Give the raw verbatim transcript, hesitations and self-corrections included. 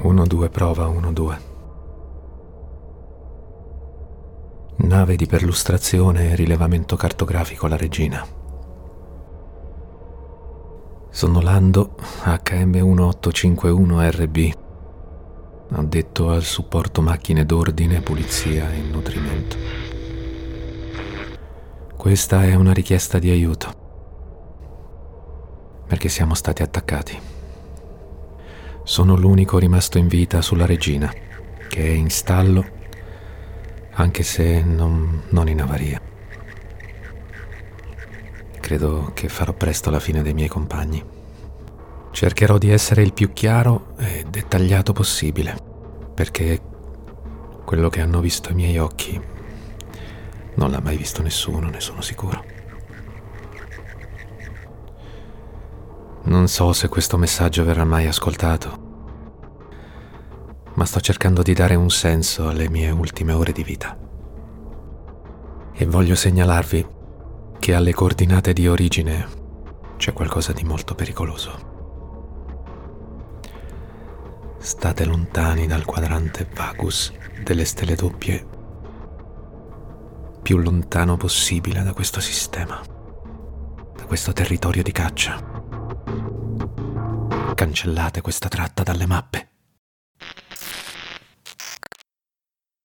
uno due prova uno due. Nave di perlustrazione e rilevamento cartografico La Regina. Sono Lando, acca emme uno otto cinque uno erre bi, addetto al supporto macchine d'ordine, pulizia e nutrimento. Questa è una richiesta di aiuto, perché siamo stati attaccati. Sono l'unico rimasto in vita sulla Regina, che è in stallo, anche se non, non in avaria. Credo che farò presto la fine dei miei compagni. Cercherò di essere il più chiaro e dettagliato possibile, perché quello che hanno visto i miei occhi non l'ha mai visto nessuno, ne sono sicuro. Non so se questo messaggio verrà mai ascoltato, ma sto cercando di dare un senso alle mie ultime ore di vita. E voglio segnalarvi che alle coordinate di origine c'è qualcosa di molto pericoloso. State lontani dal quadrante Vagus delle stelle doppie, più lontano possibile da questo sistema, da questo territorio di caccia. Cancellate questa tratta dalle mappe.